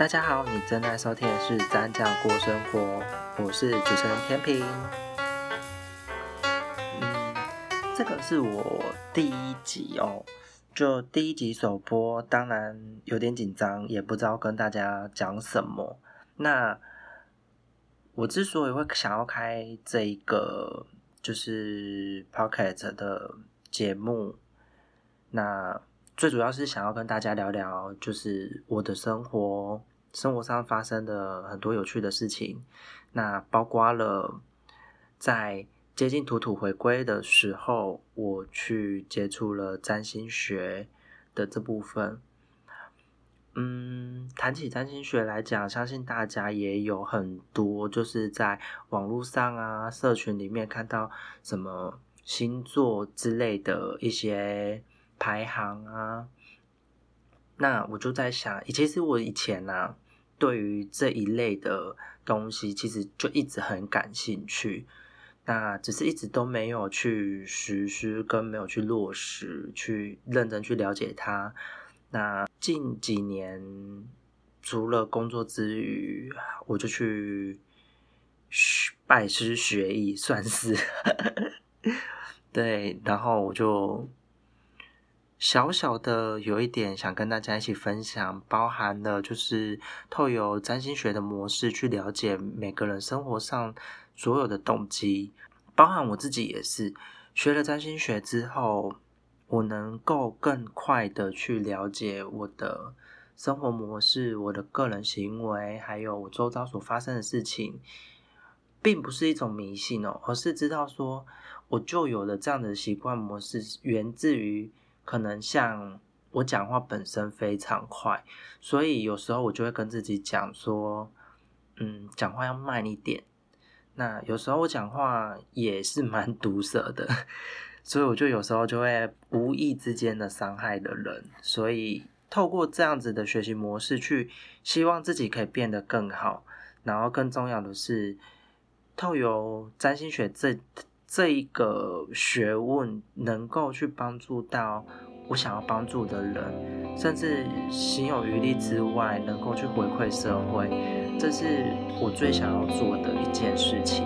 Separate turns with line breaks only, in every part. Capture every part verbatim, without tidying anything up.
大家好，你正在收听的是咱讲过生活，我是主持人天平。嗯，这个是我第一集哦，就第一集首播，当然有点紧张，也不知道跟大家讲什么。那我之所以会想要开这一个就是 podcast 的节目，那最主要是想要跟大家聊聊，就是我的生活，生活上发生的很多有趣的事情。那包括了在接近土土回归的时候，我去接触了占星学的这部分。嗯，谈起占星学来讲，相信大家也有很多就是在网络上啊、社群里面看到什么星座之类的一些排行啊。那我就在想，其实我以前啊，对于这一类的东西，其实就一直很感兴趣。那只是一直都没有去实施，跟没有去落实，去认真去了解它。那近几年，除了工作之余，我就去拜师学艺，算是对，然后我就小小的有一点想跟大家一起分享，包含了就是透由占星学的模式去了解每个人生活上所有的动机，包含我自己也是学了占星学之后，我能够更快的去了解我的生活模式，我的个人行为，还有我周遭所发生的事情，并不是一种迷信哦，而是知道说我就有了这样的习惯模式，源自于可能像我讲话本身非常快，所以有时候我就会跟自己讲说，嗯，讲话要慢一点。那有时候我讲话也是蛮毒舌的，所以我就有时候就会无意之间的伤害了人，所以透过这样子的学习模式去希望自己可以变得更好，然后更重要的是透由占星学这这一个学问能够去帮助到我想要帮助的人，甚至心有余力之外能够去回馈社会，这是我最想要做的一件事情。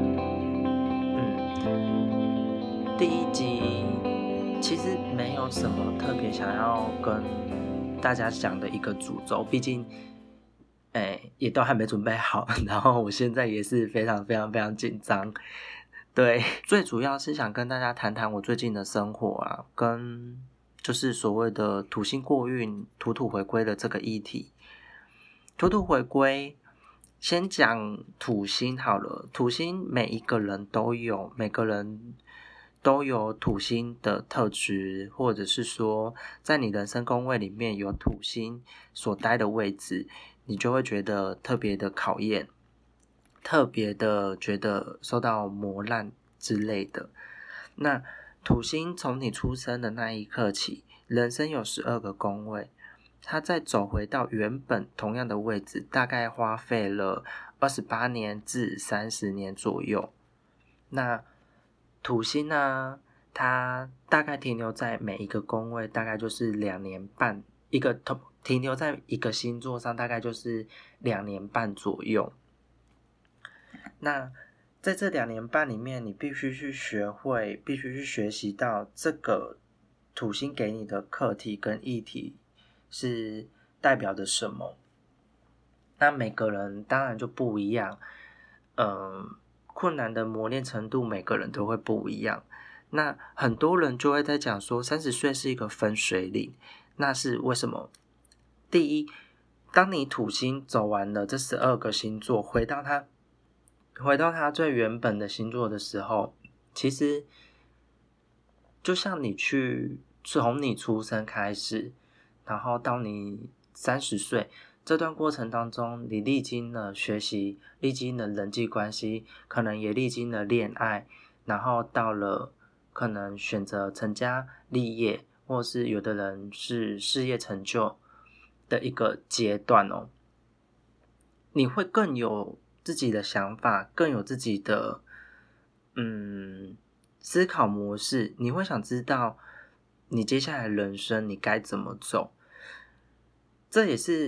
嗯，第一集其实没有什么特别想要跟大家讲的一个主轴，毕竟哎，也都还没准备好，然后我现在也是非常非常非常紧张。对，最主要是想跟大家谈谈我最近的生活啊，跟就是所谓的土星过运、土土回归的这个议题。土土回归，先讲土星好了。土星每一个人都有，每个人都有土星的特质，或者是说，在你人生宫位里面有土星所待的位置，你就会觉得特别的考验。特别的觉得受到磨难之类的。那土星从你出生的那一刻起，人生有十二个宫位，它再走回到原本同样的位置，大概花费了二十八年至三十年左右。那土星呢，它大概停留在每一个宫位，大概就是两年半，一个停留在一个星座上，大概就是两年半左右。那在这两年半里面，你必须去学会，必须去学习到这个土星给你的课题跟议题是代表着什么。那每个人当然就不一样，嗯，困难的磨练程度每个人都会不一样。那很多人就会在讲说三十岁是一个分水岭，那是为什么？第一，当你土星走完了这十二个星座，回到它回到他最原本的星座的时候，其实就像你去从你出生开始，然后到你三十岁这段过程当中，你历经了学习，历经了人际关系，可能也历经了恋爱，然后到了可能选择成家立业，或是有的人是事业成就的一个阶段哦，你会更有自己的想法，更有自己的嗯思考模式，你会想知道你接下来人生你该怎么走。这也是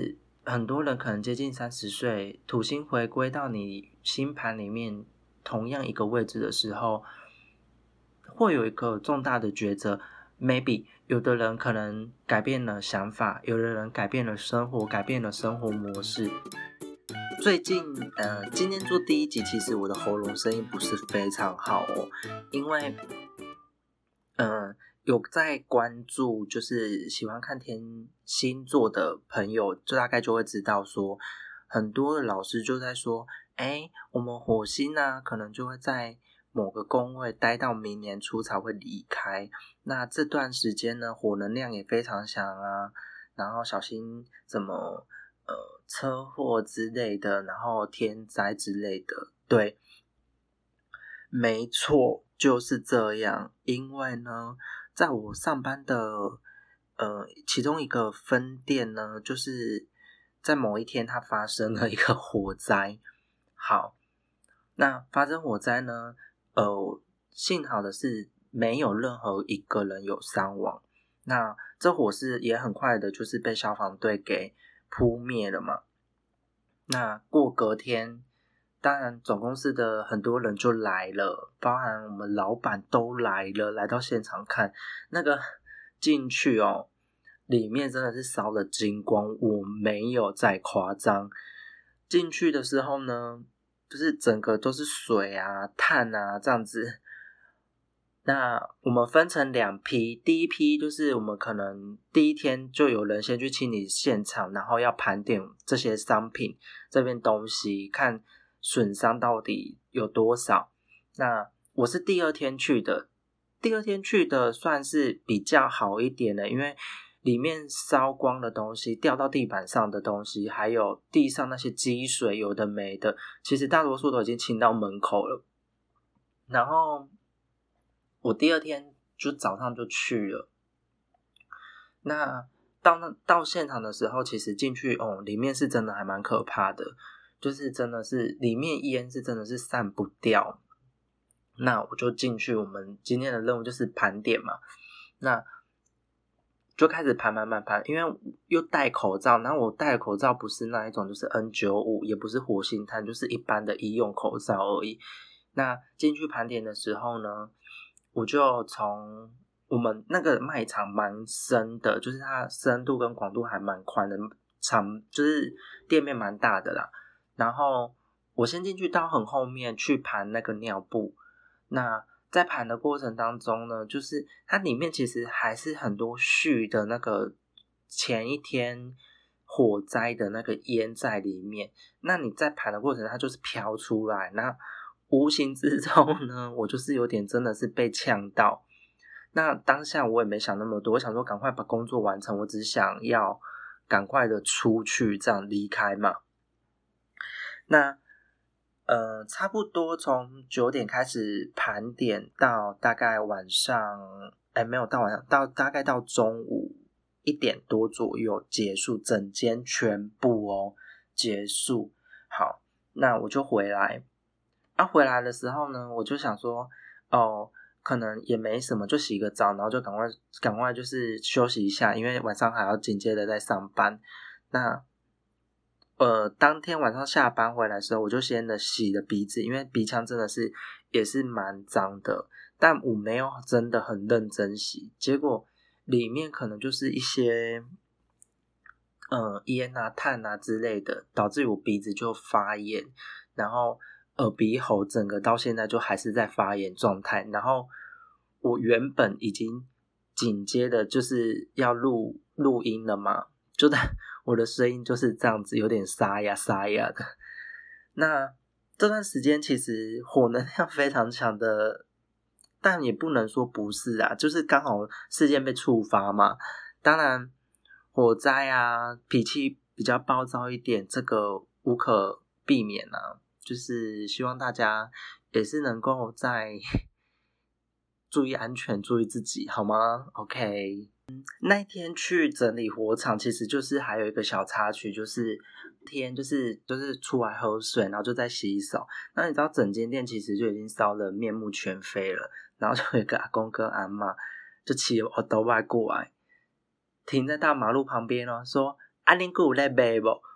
很多人可能接近三十岁，土星回归到你星盘里面同样一个位置的时候，会有一个重大的抉择。maybe 有的人可能改变了想法，有的人改变了生活，改变了生活模式。最近呃，今天做第一集，其实我的喉咙声音不是非常好哦，因为嗯、呃，有在关注就是喜欢看天星座的朋友，就大概就会知道说，很多的老师就在说，哎，我们火星啊，可能就会在某个宫位待到明年初才会离开。那这段时间呢，火能量也非常强啊，然后小心怎么呃车祸之类的，然后天灾之类的。对，没错，就是这样。因为呢，在我上班的呃其中一个分店呢，就是在某一天它发生了一个火灾。好，那发生火灾呢，呃，幸好的是没有任何一个人有伤亡。那这火势也很快的，就是被消防队给扑灭了嘛。那过隔天，当然总公司的很多人就来了，包含我们老板都来了，来到现场看。那个进去哦，里面真的是烧了精光，我没有在夸张。进去的时候呢，就是整个都是水啊、炭啊这样子。那我们分成两批，第一批就是我们可能第一天就有人先去清理现场，然后要盘点这些商品这边东西，看损伤到底有多少。那我是第二天去的，第二天去的算是比较好一点的，因为里面烧光的东西，掉到地板上的东西，还有地上那些积水有的没的，其实大多数都已经清到门口了。然后我第二天就早上就去了，那到那到现场的时候，其实进去哦，里面是真的还蛮可怕的，就是真的是里面烟是真的是散不掉。那我就进去，我们今天的任务就是盘点嘛，那就开始盘盘盘盘，因为又戴口罩，然后我戴的口罩不是那一种就是 N 九十五， 也不是活性炭，就是一般的医用口罩而已。那进去盘点的时候呢，我就从我们那个卖场蛮深的，就是它深度跟广度还蛮宽的，场就是店面蛮大的啦。然后我先进去到很后面去盘那个尿布，那在盘的过程当中呢，就是它里面其实还是很多絮的那个前一天火灾的那个烟在里面。那你在盘的过程它就是飘出来，那无形之中呢，我就是有点真的是被呛到。那当下我也没想那么多，我想说赶快把工作完成，我只想要赶快的出去这样离开嘛。那呃，差不多从九点开始盘点到大概晚上，哎，没有到晚上，到大概到中午一点多左右结束，整间全部哦结束。好，那我就回来。啊，回来的时候呢，我就想说，哦，可能也没什么，就洗个澡，然后就赶快赶快就是休息一下，因为晚上还要紧接着在上班。那呃，当天晚上下班回来的时候，我就先的洗了鼻子，因为鼻腔真的是也是蛮脏的，但我没有真的很认真洗，结果里面可能就是一些呃烟啊、碳啊之类的，导致我鼻子就发炎，然后耳鼻喉整个到现在就还是在发炎状态。然后我原本已经紧接的就是要录录音了嘛，就在我的声音就是这样子，有点沙哑沙哑的。那这段时间其实火能量非常强的，但也不能说不是啊，就是刚好事件被触发嘛。当然火灾啊，脾气比较暴躁一点，这个无可避免啊。就是希望大家也是能够在注意安全，注意自己，好吗 ？OK。那一天去整理火场，其实就是还有一个小插曲，就是天就是就是出来喝水，然后就在洗手。那你知道整间店其实就已经烧得面目全非了，然后就有一个阿公跟阿嬷就骑我头外过来，停在大马路旁边哦，说啊，恁还有在卖不？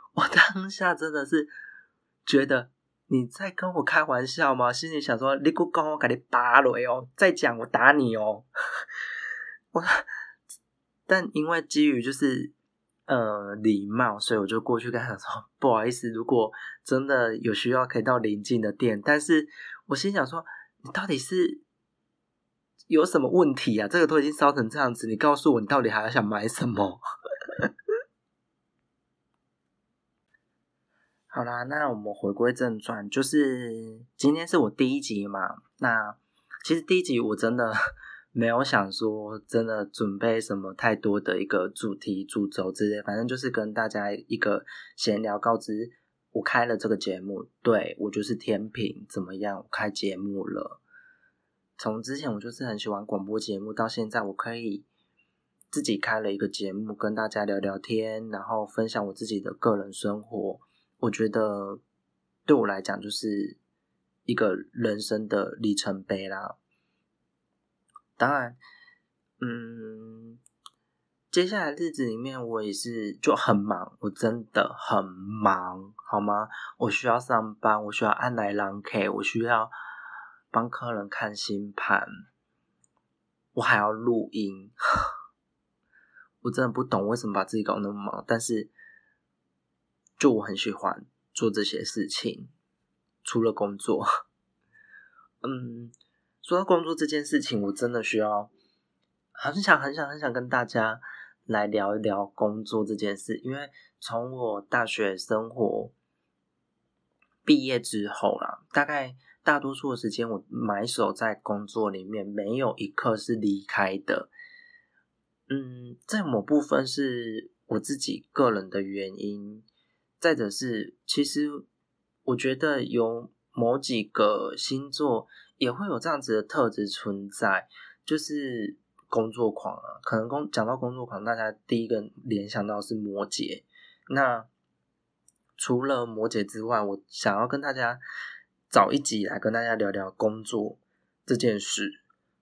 我当下真的是觉得你在跟我开玩笑吗？心里想说你还讲我给你扒了哦，再讲我打你哦。我但因为基于就是呃礼貌，所以我就过去跟他说不好意思，如果真的有需要可以到邻近的店，但是我心想说你到底是有什么问题啊？这个都已经烧成这样子，你告诉我你到底还想买什么？好啦，那我们回归正传，就是今天是我第一集嘛。那其实第一集我真的没有想说真的准备什么太多的一个主题主轴之类，反正就是跟大家一个闲聊，告知我开了这个节目，对，我就是天平怎么样，我开节目了。从之前我就是很喜欢广播节目，到现在我可以自己开了一个节目跟大家聊聊天，然后分享我自己的个人生活，我觉得对我来讲就是一个人生的里程碑啦。当然嗯，接下来日子里面我也是就很忙，我真的很忙好吗？我需要上班，我需要按来人客，我需要帮客人看星盘，我还要录音。我真的不懂为什么把自己搞那么忙，但是就我很喜欢做这些事情，除了工作。嗯，说到工作这件事情，我真的需要很想很想很想跟大家来聊一聊工作这件事，因为从我大学生活毕业之后啦，大概大多数的时间我埋首在工作里面，没有一刻是离开的。嗯，在某部分是我自己个人的原因，再者是其实我觉得有某几个星座也会有这样子的特质存在，就是工作狂啊。可能工讲到工作狂，大家第一个联想到是摩羯。那除了摩羯之外，我想要跟大家找一集来跟大家聊聊工作这件事。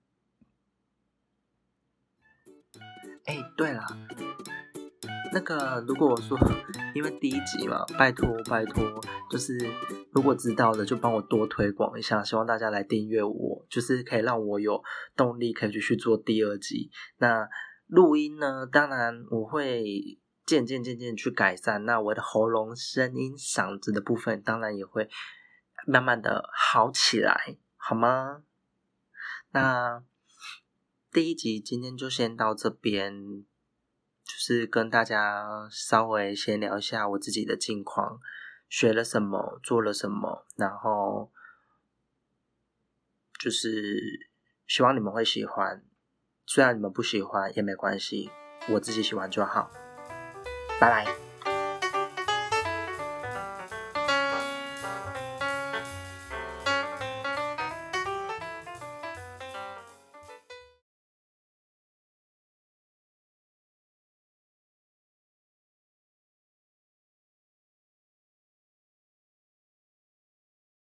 哎，对啦，那个如果我说因为第一集嘛，拜托拜托，就是如果知道的就帮我多推广一下，希望大家来订阅我，就是可以让我有动力可以继续做第二集。那录音呢，当然我会渐渐渐渐去改善，那我的喉咙声音嗓子的部分当然也会慢慢的好起来，好吗？那第一集今天就先到这边，就是跟大家稍微闲聊一下我自己的近况，学了什么，做了什么，然后就是希望你们会喜欢，虽然你们不喜欢也没关系，我自己喜欢就好。拜拜。